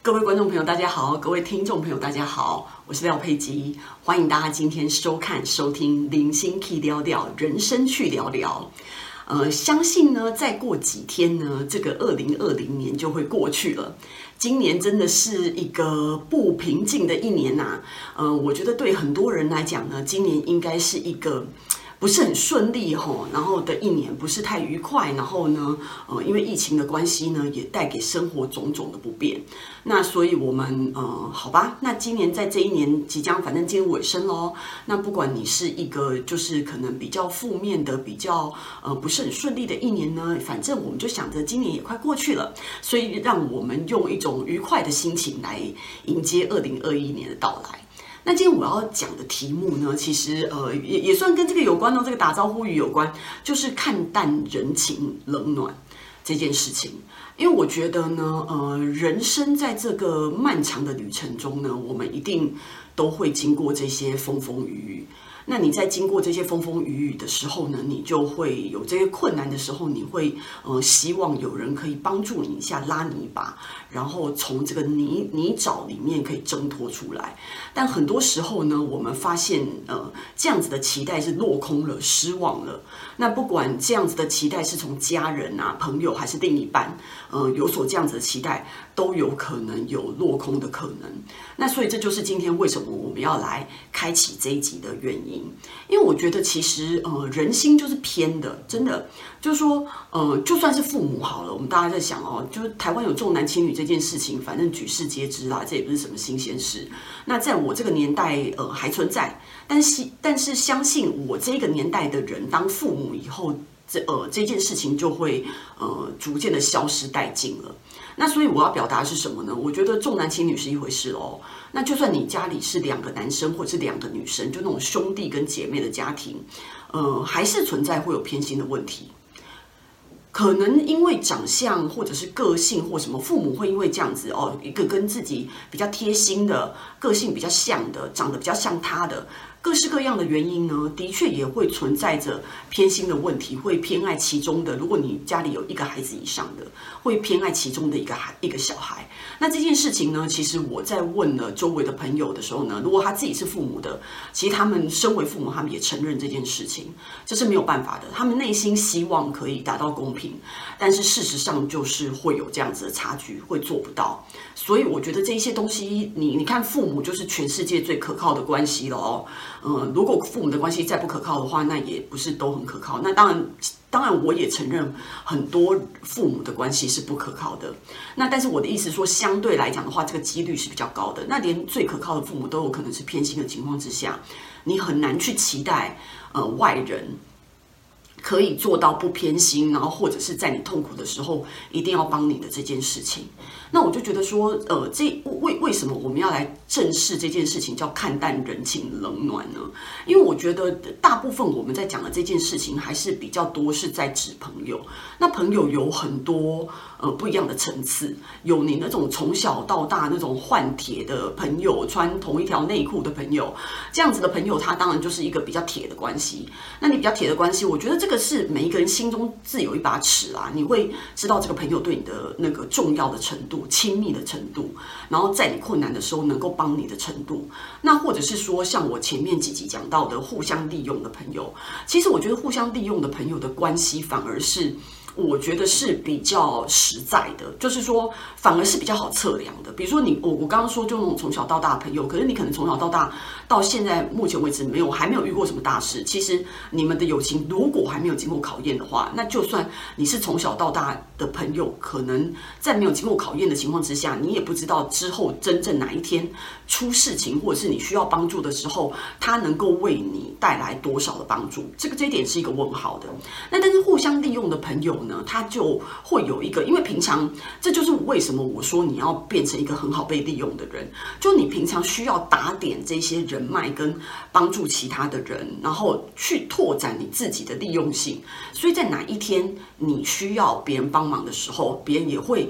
各位观众朋友，大家好；各位听众朋友，大家好，我是廖佩吉，欢迎大家今天收看、收听《零星 K 聊聊人生去聊聊》。相信呢，再过几天呢，这个2020年就会过去了。今年真的是一个不平静的一年呐。我觉得对很多人来讲呢，今年应该是一个不是很顺利然后的一年，不是太愉快，然后呢，因为疫情的关系呢，也带给生活种种的不便。那所以我们好吧，那今年在这一年即将反正进入尾声咯。那不管你是一个就是可能比较负面的、比较不是很顺利的一年呢，反正我们就想着今年也快过去了，所以让我们用一种愉快的心情来迎接2021年的到来。那今天我要讲的题目呢，其实也算跟这个有关哦，这个打招呼语有关，就是看淡人情冷暖这件事情。因为我觉得呢，人生在这个漫长的旅程中呢，我们一定都会经过这些风风雨雨。那你在经过这些风风雨雨的时候呢，你就会有这些困难的时候，你会希望有人可以帮助你一下，拉你一把，然后从这个泥沼里面可以挣脱出来。但很多时候呢，我们发现这样子的期待是落空了，失望了。那不管这样子的期待是从家人啊、朋友还是另一半，有所这样子的期待，都有可能有落空的可能。那所以这就是今天为什么我们要来开启这一集的原因。因为我觉得其实人心就是偏的，真的就是说就算是父母好了，我们大家在想就是台湾有重男轻女这件事情，反正举世皆知啦，这也不是什么新鲜事。那在我这个年代还存在，但是相信我这个年代的人当父母以后，这件事情就会逐渐的消失殆尽了。那所以我要表达的是什么呢？我觉得重男轻女是一回事哦。那就算你家里是2个男生或者是2个女生，就那种兄弟跟姐妹的家庭，还是存在会有偏心的问题。可能因为长相或者是个性或什么，父母会因为这样子一个跟自己比较贴心的、个性比较像的、长得比较像他的，各式各样的原因呢，的确也会存在着偏心的问题，会偏爱其中的。如果你家里有1个孩子以上的，会偏爱其中的一个小孩。那这件事情呢，其实我在问了周围的朋友的时候呢，如果他自己是父母的，其实他们身为父母，他们也承认这件事情，这是没有办法的。他们内心希望可以达到公平，但是事实上就是会有这样子的差距，会做不到。所以我觉得这一些东西，你看父母就是全世界最可靠的关系了哦。如果父母的关系再不可靠的话，那也不是都很可靠。那当然我也承认很多父母的关系是不可靠的。那但是我的意思说，相对来讲的话，这个几率是比较高的。那连最可靠的父母都有可能是偏心的情况之下，你很难去期待外人可以做到不偏心，然后或者是在你痛苦的时候一定要帮你的这件事情。那我就觉得说，为什么我们要来正视这件事情，叫看淡人情冷暖呢？因为我觉得大部分我们在讲的这件事情，还是比较多是在指朋友。那朋友有很多不一样的层次，有你那种从小到大那种换铁的朋友，穿同一条内裤的朋友，这样子的朋友，他当然就是一个比较铁的关系。那你比较铁的关系，我觉得这个是每一个人心中自有一把尺啊，你会知道这个朋友对你的那个重要的程度、亲密的程度，然后在你困难的时候能够帮你的程度。那或者是说，像我前面几集讲到的互相利用的朋友，其实我觉得互相利用的朋友的关系反而是，我觉得是比较实在的，就是说反而是比较好测量的。比如说我刚刚说就那种从小到大的朋友，可是你可能从小到大到现在目前为止还没有遇过什么大事。其实你们的友情如果还没有经过考验的话，那就算你是从小到大的朋友，可能在没有经过考验的情况之下，你也不知道之后真正哪一天出事情，或者是你需要帮助的时候，他能够为你带来多少的帮助。这一点是一个问号的。那但是互相利用的朋友呢，他就会有一个，因为平常这就是为什么我说你要变成一个很好被利用的人，就你平常需要打点这些人脉跟帮助其他的人，然后去拓展你自己的利用性。所以在哪一天你需要别人帮忙的时候，别人也会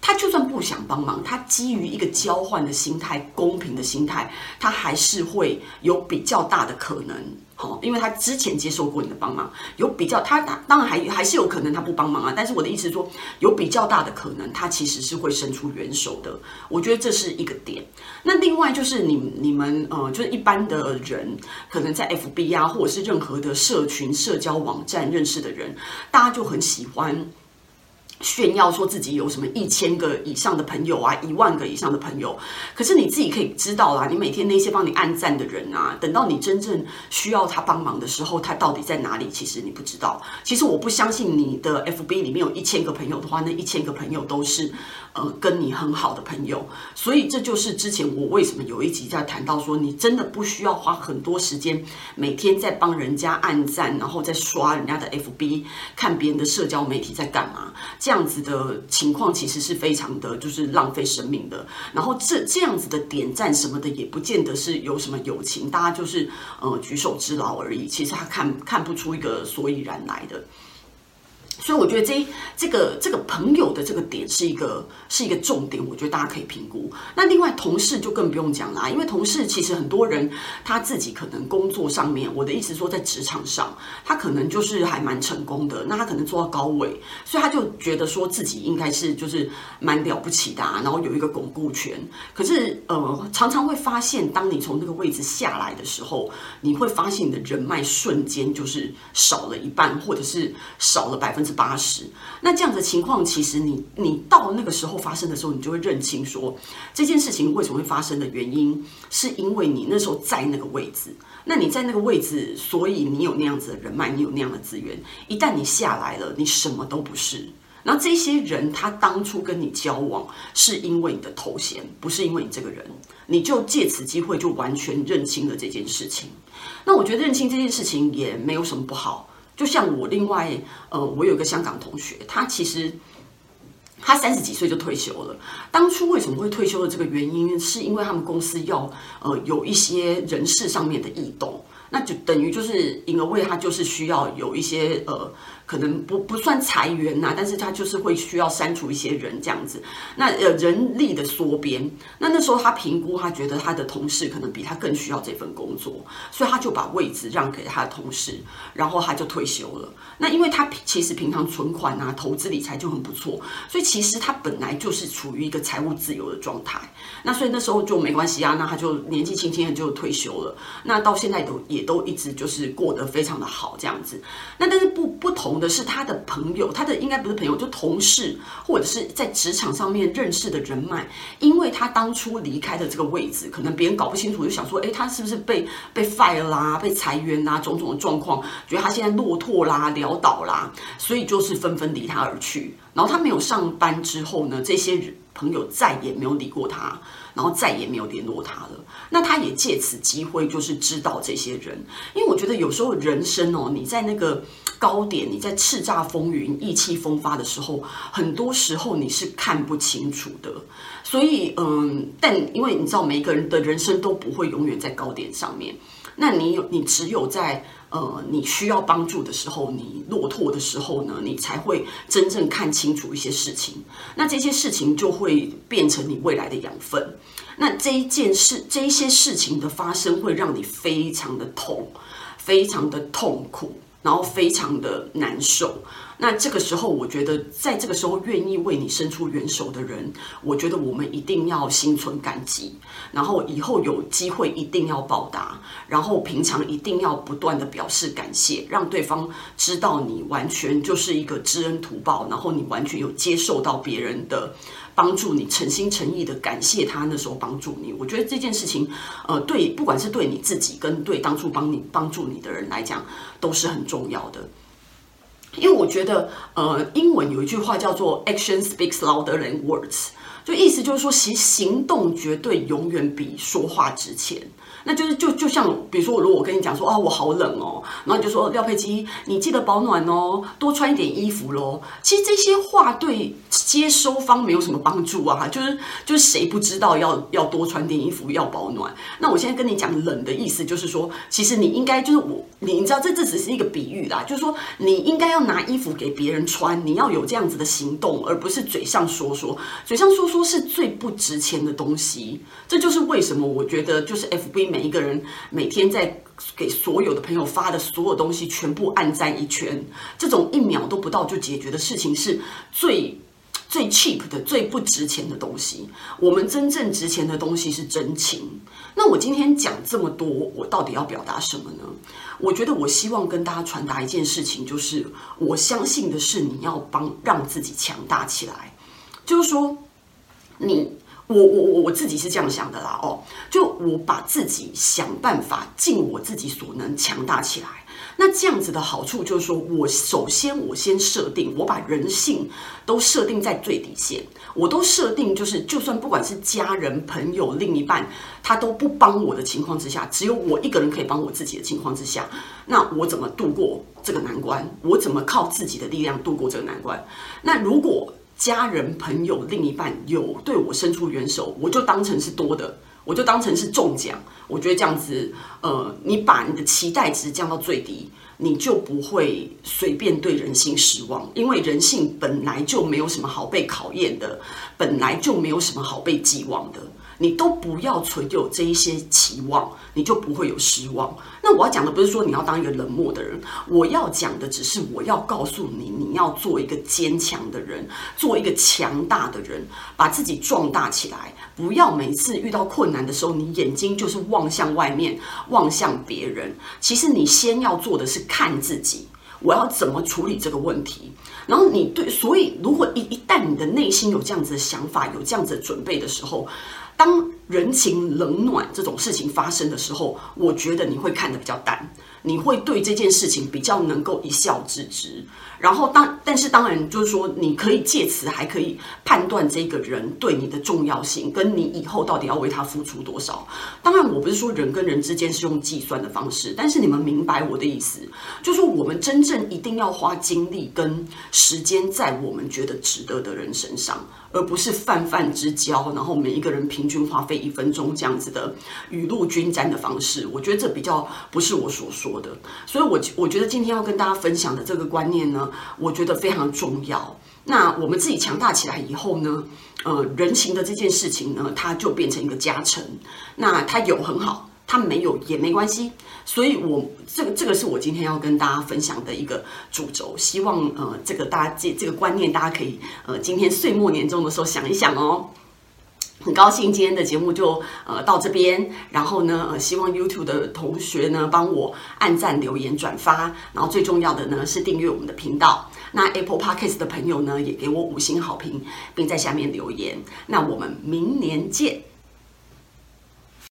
他就算不想帮忙，他基于一个交换的心态、公平的心态，他还是会有比较大的可能。因为他之前接受过你的帮忙，有比较，他当然还是有可能他不帮忙啊。但是我的意思是说，有比较大的可能，他其实是会伸出援手的。我觉得这是一个点。那另外就是你们就是一般的人，可能在 FB 啊，或者是任何的社群、社交网站认识的人，大家就很喜欢炫耀说自己有什么1000个以上的朋友啊，10000个以上的朋友。可是你自己可以知道啦，你每天那些帮你按赞的人啊，等到你真正需要他帮忙的时候，他到底在哪里？其实你不知道。其实我不相信你的 FB 里面有1000个朋友的话，那1000个朋友都是跟你很好的朋友。所以这就是之前我为什么有一集在谈到说，你真的不需要花很多时间每天在帮人家按赞，然后在刷人家的 FB， 看别人的社交媒体在干嘛。这样子的情况其实是非常的，就是浪费生命的。然后这样子的点赞什么的，也不见得是有什么友情，大家就是举手之劳而已。其实他看不出一个所以然来的。所以我觉得这个朋友的这个点是一个重点，我觉得大家可以评估。那另外同事就更不用讲啦，因为同事其实很多人他自己可能工作上面，我的意思说在职场上，他可能就是还蛮成功的，那他可能做到高位，所以他就觉得说自己应该是就是蛮了不起的啊，然后有一个巩固权。可是常常会发现，当你从那个位置下来的时候，你会发现你的人脉瞬间就是少了一半，或者是少了80%。那这样的情况，其实你到那个时候发生的时候，你就会认清说这件事情为什么会发生的原因，是因为你那时候在那个位置。那你在那个位置，所以你有那样子的人脉，你有那样的资源。一旦你下来了，你什么都不是。然后这些人他当初跟你交往，是因为你的头衔，不是因为你这个人。你就借此机会就完全认清了这件事情。那我觉得认清这件事情也没有什么不好。就像我另外我有一个香港同学，他其实他30几岁就退休了。当初为什么会退休的这个原因，是因为他们公司要有一些人事上面的异动，那就等于就是in a way他就是需要有一些可能不算裁员呐，但是他就是会需要删除一些人这样子。那人力的缩编，那时候他评估，他觉得他的同事可能比他更需要这份工作，所以他就把位置让给他的同事，然后他就退休了。那因为他其实平常存款啊、投资理财就很不错，所以其实他本来就是处于一个财务自由的状态。那所以那时候就没关系啊，那他就年纪轻轻的就退休了。那到现在也都一直就是过得非常的好这样子。那但是不同的是，他的朋友，他的应该不是朋友，就同事或者是在职场上面认识的人脉，因为他当初离开的这个位置，可能别人搞不清楚，就想说，他是不是被 fire 啦、被裁员啦，种种的状况，觉得他现在落拓啦、潦倒啦，所以就是纷纷离他而去。然后他没有上班之后呢，这些朋友再也没有理过他，然后再也没有联络他了。那他也借此机会就是知道这些人，因为我觉得有时候人生你在那个高点，你在叱咤风云、意气风发的时候，很多时候你是看不清楚的。所以但因为你知道每一个人的人生都不会永远在高点上面，那你只有在你需要帮助的时候，你落拓的时候呢，你才会真正看清楚一些事情。那这些事情就会变成你未来的养分。那这一些事情的发生，会让你非常的痛，非常的痛苦，然后非常的难受。那这个时候，我觉得在这个时候愿意为你伸出援手的人，我觉得我们一定要心存感激，然后以后有机会一定要报答，然后平常一定要不断的表示感谢，让对方知道你完全就是一个知恩图报，然后你完全有接受到别人的帮助，你诚心诚意的感谢他那时候帮助你。我觉得这件事情，不管是对你自己跟对当初帮助你的人来讲，都是很重要的。因为我觉得，英文有一句话叫做 "Action speaks louder than words"， 就意思就是说，行动绝对永远比说话值钱。那就是就像比如说，如果我跟你讲说我好冷哦，然后你就说廖佩基，你记得保暖哦，多穿一点衣服咯。其实这些话对接收方没有什么帮助啊，就是谁不知道要多穿点衣服，要保暖。那我现在跟你讲冷的意思就是说，其实你应该就是你知道这只是一个比喻啦，就是说你应该要拿衣服给别人穿，你要有这样子的行动，而不是嘴上说说。嘴上说说是最不值钱的东西。这就是为什么我觉得就是 FB 每一个人每天在给所有的朋友发的所有东西全部按赞一圈，这种1秒都不到就解决的事情是最 cheap 的、最不值钱的东西。我们真正值钱的东西是真情。那我今天讲这么多，我到底要表达什么呢？我觉得我希望跟大家传达一件事情，就是我相信的是你要让自己强大起来。就是说，我自己是这样想的啦就我把自己想办法尽我自己所能强大起来。那这样子的好处就是说，我先设定，我把人性都设定在最底线，我都设定就是，就算不管是家人、朋友、另一半，他都不帮我的情况之下，只有我一个人可以帮我自己的情况之下，那我怎么度过这个难关？我怎么靠自己的力量度过这个难关？那如果家人、朋友、另一半有对我伸出援手，我就当成是多的，我就当成是中奖。我觉得这样子，你把你的期待值降到最低，你就不会随便对人性失望，因为人性本来就没有什么好被考验的，本来就没有什么好被寄望的。你都不要存有这一些期望，你就不会有失望。那我要讲的不是说你要当一个冷漠的人，我要讲的只是我要告诉你，你要做一个坚强的人，做一个强大的人，把自己壮大起来。不要每次遇到困难的时候，你眼睛就是望向外面，望向别人。其实你先要做的是看自己，我要怎么处理这个问题。然后所以如果一旦你的内心有这样子的想法，有这样子的准备的时候，当人情冷暖这种事情发生的时候，我觉得你会看得比较淡，你会对这件事情比较能够一笑置之。然后但是当然就是说，你可以借此还可以判断这个人对你的重要性，跟你以后到底要为他付出多少。当然我不是说人跟人之间是用计算的方式，但是你们明白我的意思，就是说我们真正一定要花精力跟时间在我们觉得值得的人身上，而不是泛泛之交，然后每一个人平均花费1分钟这样子的雨露均沾的方式。我觉得这比较不是我所说的。所以我觉得今天要跟大家分享的这个观念呢，我觉得非常重要。那我们自己强大起来以后呢，人情的这件事情呢，它就变成一个加成。那它有很好，它没有也没关系。所以这个是我今天要跟大家分享的一个主轴。希望这个大家这个观念，大家可以今天岁末年终的时候想一想哦。很高兴今天的节目就到这边，然后呢希望 YouTube 的同学呢帮我按赞、留言、转发，然后最重要的呢是订阅我们的频道。那 Apple Podcast 的朋友呢也给我5星好评，并在下面留言。那我们明年见。